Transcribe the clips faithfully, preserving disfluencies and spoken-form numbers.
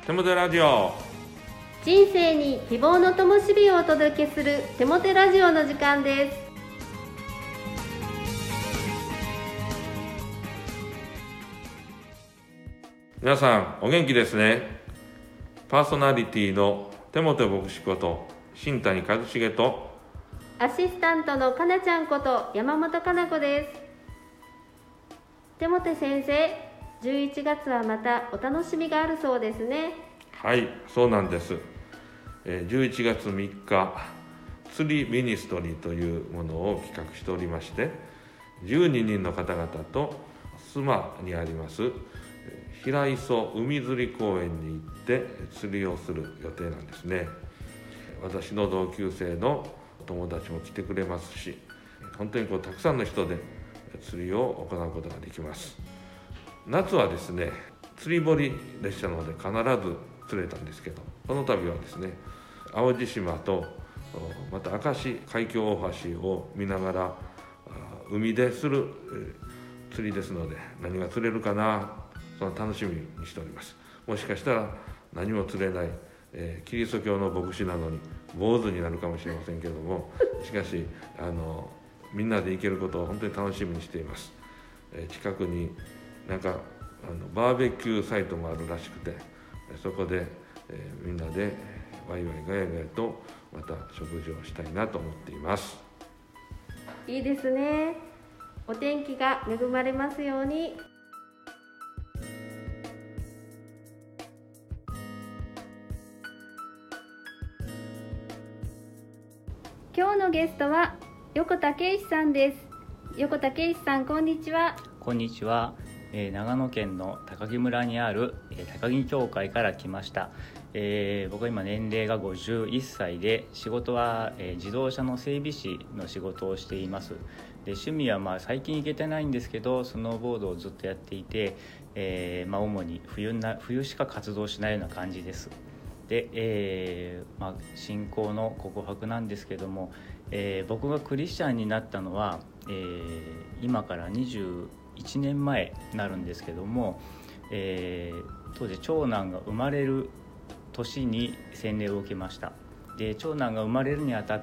テモテラジオ、 人生に希望の灯火をお届けするテモテラジオの時間です。 皆さんお元気ですね。パーソナリティのテモテ牧師こと新谷一茂と、 アシスタントのかなちゃんこと山本かな子です。テモテ先生、じゅういちがつはまたお楽しみがあるそうですね。 はい、そうなんです。じゅういちがつみっか、釣りミニストリーというものを企画しておりまして、じゅうににんの方々と須磨にあります平磯海釣り公園に行って釣りをする予定なんですね。私の同級生の友達も来てくれますし、本当にこうたくさんの人で釣りを行うことができます。夏はですね、釣り堀列車なので必ず釣れたんですけど、この度はですね、淡路島とまた明石海峡大橋を見ながら海でする釣りですので、何が釣れるかな、その楽しみにしております。もしかしたら何も釣れない、えー、キリスト教の牧師なのに坊主になるかもしれませんけども、しかしあのみんなで行けることを本当に楽しみにしています。えー、近くになんかあのバーベキューサイトもあるらしくて、そこで、えー、みんなでワイワイガヤガヤとまた食事をしたいなと思っています。 いいですね。お天気が恵まれますように。今日のゲストは横田圭司さんです。横田圭司さん、こんにちは。 こんにちは。えー、長野県の高木村にある、えー、高木教会から来ました。えー、僕は今年齢がごじゅういっさいで、仕事は、えー、自動車の整備士の仕事をしています。で、趣味はまあ最近行けてないんですけど、スノーボードをずっとやっていて、えーまあ、主に冬な冬しか活動しないような感じです。で、えーまあ、信仰の告白なんですけども、えー、僕がクリスチャンになったのは、えー、今からにじゅういちねんまえになるんですけども、えー、当時長男が生まれる年に洗礼を受けました。で、長男が生まれるにあたって、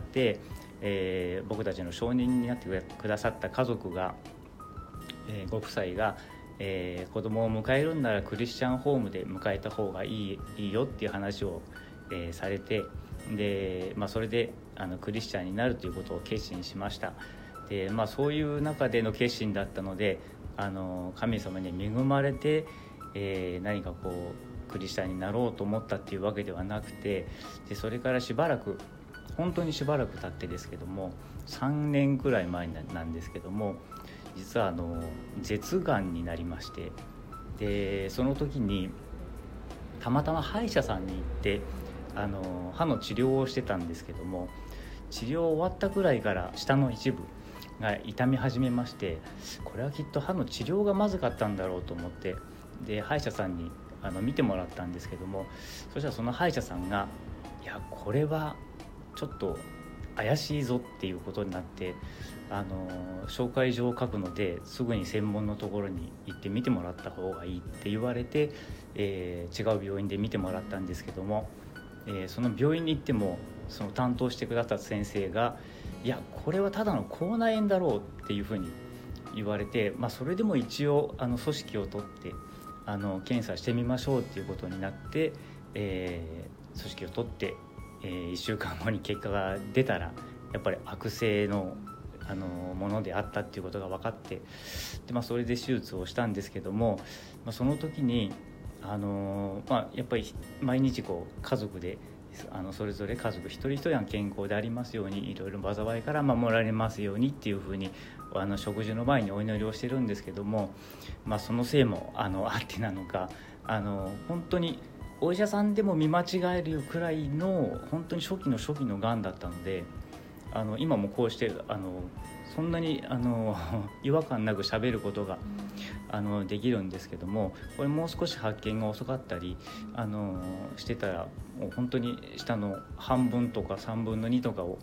えー、僕たちの証人になってくださった家族が、えー、ご夫妻がえー、子供を迎えるんならクリスチャンホームで迎えた方がいい、いいよっていう話を、えー、されて、で、まあ、それであのクリスチャンになるということを決心しました。で、まあ、そういう中での決心だったので、あの神様に恵まれて、えー、何かこうクリスチャンになろうと思ったっていうわけではなくて、でそれからしばらく本当にしばらく経ってですけども、さんねんくらい前なんですけども、実はあの舌がんになりまして、でその時にたまたま歯医者さんに行ってあの歯の治療をしてたんですけども、治療終わったくらいから下の一部が痛み始めまして、これはきっと歯の治療がまずかったんだろうと思って、で歯医者さんにあの見てもらったんですけども、そしたらその歯医者さんが、いやこれはちょっと怪しいぞっていうことになって、あの紹介状を書くのですぐに専門のところに行って見てもらった方がいいって言われて、えー、違う病院で見てもらったんですけども、えー、その病院に行ってもその担当してくださった先生が、いやこれはただの口内炎だろうっていうふうに言われて、まあ、それでも一応あの組織を取ってあの検査してみましょうっていうことになって、えー、組織を取って、えー、いっしゅうかんごに結果が出たらやっぱり悪性のあのものであったっていうことが分かって、で、まあ、それで手術をしたんですけども、まあ、その時にあの、まあ、やっぱり毎日こう家族であのそれぞれ家族一人一人が健康でありますように、いろいろ災いから守られますようにっていうふうにあの食事の前にお祈りをしてるんですけども、まあ、そのせいもあのあってなのか、あの本当にお医者さんでも見間違えるくらいの本当に初期の初期のがんだったので、あの今もこうしてあのそんなにあの違和感なく喋ることがあのできるんですけども、これもう少し発見が遅かったりあのしてたら、もう本当に下の半分とかさんぶんのにとかを取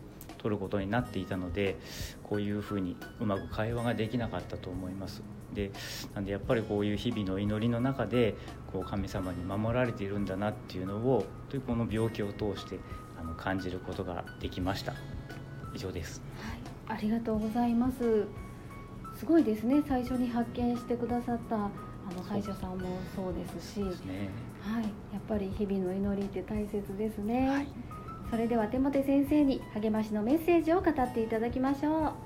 取ることになっていたので、こういうふうにうまく会話ができなかったと思います。でなんでやっぱりこういう日々の祈りの中でこう神様に守られているんだなっていうのをこの病気を通してあの感じることができました。以上です。 はい、ありがとうございます。すごいですね。最初に発見してくださったあの歯医者さんもそうですし、 そうですね。 はい、やっぱり日々の祈りって大切ですね。 はい、 それではテモテ先生に励ましのメッセージを語っていただきましょう。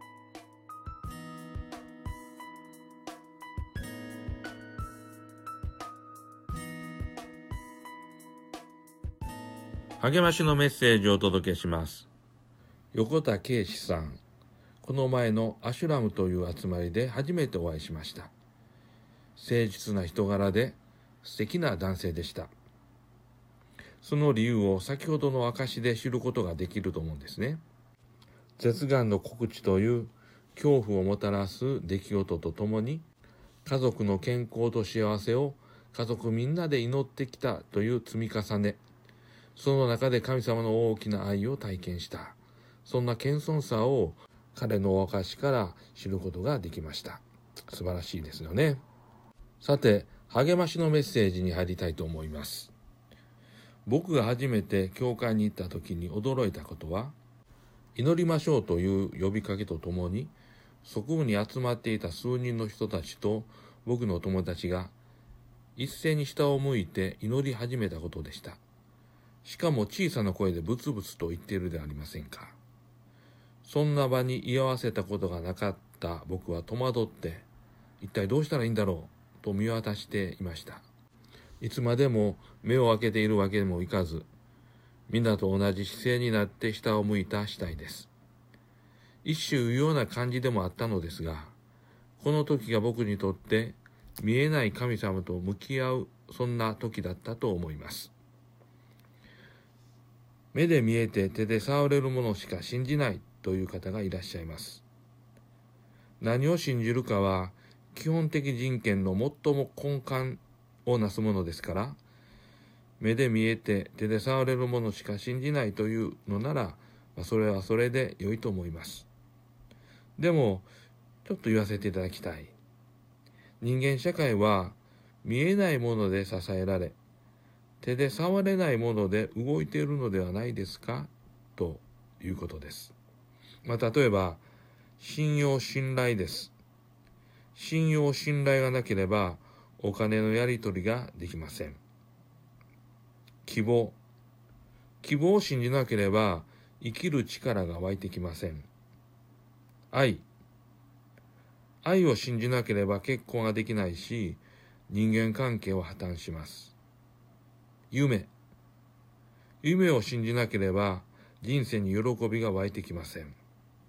励ましのメッセージをお届けします。横田圭司さん、この前のアシュラムという集まりで初めてお会いしました。誠実な人柄で素敵な男性でした。その理由を先ほどの証で知ることができると思うんですね。舌がんの告知という恐怖をもたらす出来事とともに、家族の健康と幸せを家族みんなで祈ってきたという積み重ね、その中で神様の大きな愛を体験した。そんな謙遜さを彼のお証から知ることができました。素晴らしいですよね。さて、励ましのメッセージに入りたいと思います。僕が初めて教会に行った時に驚いたことは、祈りましょうという呼びかけとともに、そこに集まっていた数人の人たちと僕の友達が一斉に下を向いて祈り始めたことでした。しかも小さな声でブツブツと言っているではありませんか。そんな場に居合わせたことがなかった僕は戸惑って、一体どうしたらいいんだろうと見渡していました。いつまでも目を開けているわけにもいかず、みんなと同じ姿勢になって下を向いた次第です。一種異様な感じでもあったのですが、この時が僕にとって見えない神様と向き合う、そんな時だったと思います。目で見えて手で触れるものしか信じないという方がいらっしゃいます。何を信じるかは基本的人権の最も根幹をなすものですから、目で見えて手で触れるものしか信じないというのなら、それはそれで良いと思います。でも、ちょっと言わせていただきたい。人間社会は見えないもので支えられ、手で触れないもので動いているのではないですかということです。まあ、例えば、信用信頼です。信用信頼がなければお金のやり取りができません。希望。希望を信じなければ生きる力が湧いてきません。愛。愛を信じなければ結婚ができないし、人間関係は破綻します。夢。夢を信じなければ人生に喜びが湧いてきません。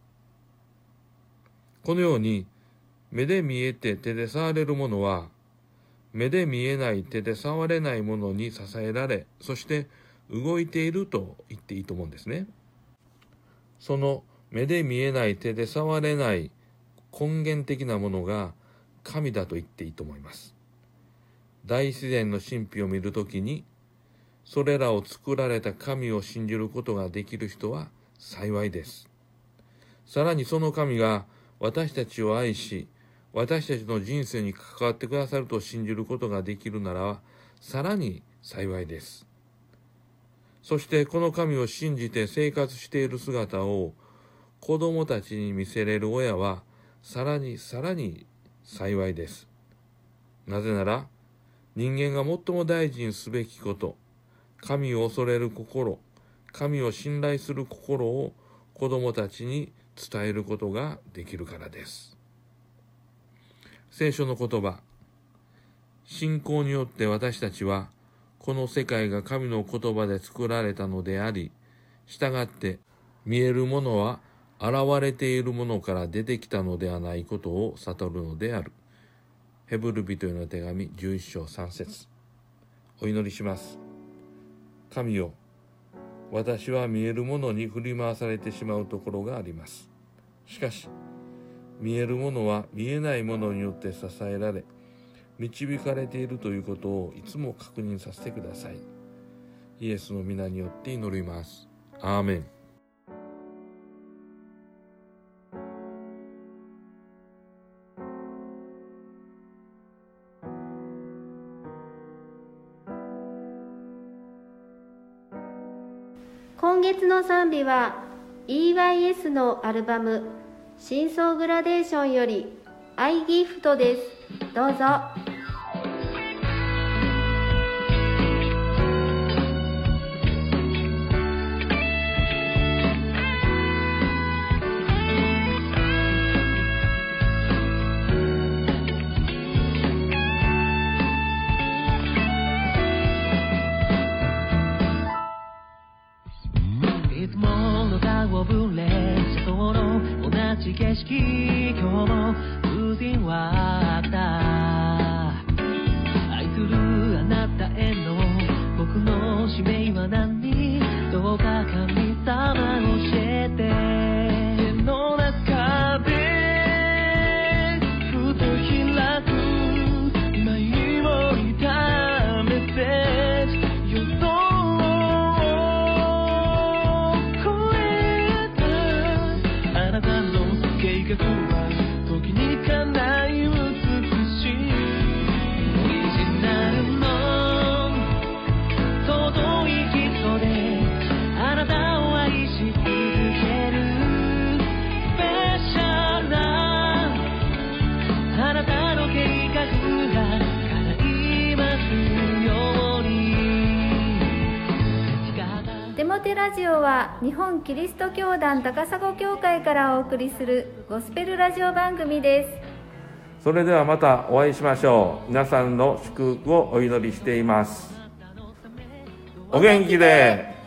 このように目で見えて手で触れるものは目で見えない手で触れないものに支えられ、そして動いていると言っていいと思うんですね。その目で見えない手で触れない根源的なものが神だと言っていいと思います。大自然の神秘を見るときに、それらを作られた神を信じることができる人は幸いです。さらにその神が私たちを愛し、私たちの人生に関わってくださると信じることができるなら、さらに幸いです。そしてこの神を信じて生活している姿を子供たちに見せれる親は、さらにさらに幸いです。なぜなら、人間が最も大事にすべきこと、神を恐れる心、神を信頼する心を子供たちに伝えることができるからです。聖書の言葉、信仰によって私たちは、この世界が神の言葉で作られたのであり、従って見えるものは現れているものから出てきたのではないことを悟るのである。ヘブル人への手紙じゅういっ章さん節。お祈りします。神よ、私は見えるものに振り回されてしまうところがあります。しかし、見えるものは見えないものによって支えられ、導かれているということをいつも確認させてください。イエスの皆によって祈ります。アーメン。 今月の賛美は イーワイエス のアルバム「真相グラデーション」より「アイギフト」です。どうぞ。 景色今日も風情はあった愛するあなたへの僕の使命は何どうか神様教えて手の中でふと開く迷いたメッセージ予想を超えたあなたの計画は時に叶い美しいオリジナルの尊い基礎であなたを愛し続けるスペシャルなあなたの計画が叶いますように。 デモテラジオは日本キリスト教団高砂教会からお送りするゴスペルラジオ番組です。 それではまたお会いしましょう。皆さんの祝福をお祈りしています。お元気で。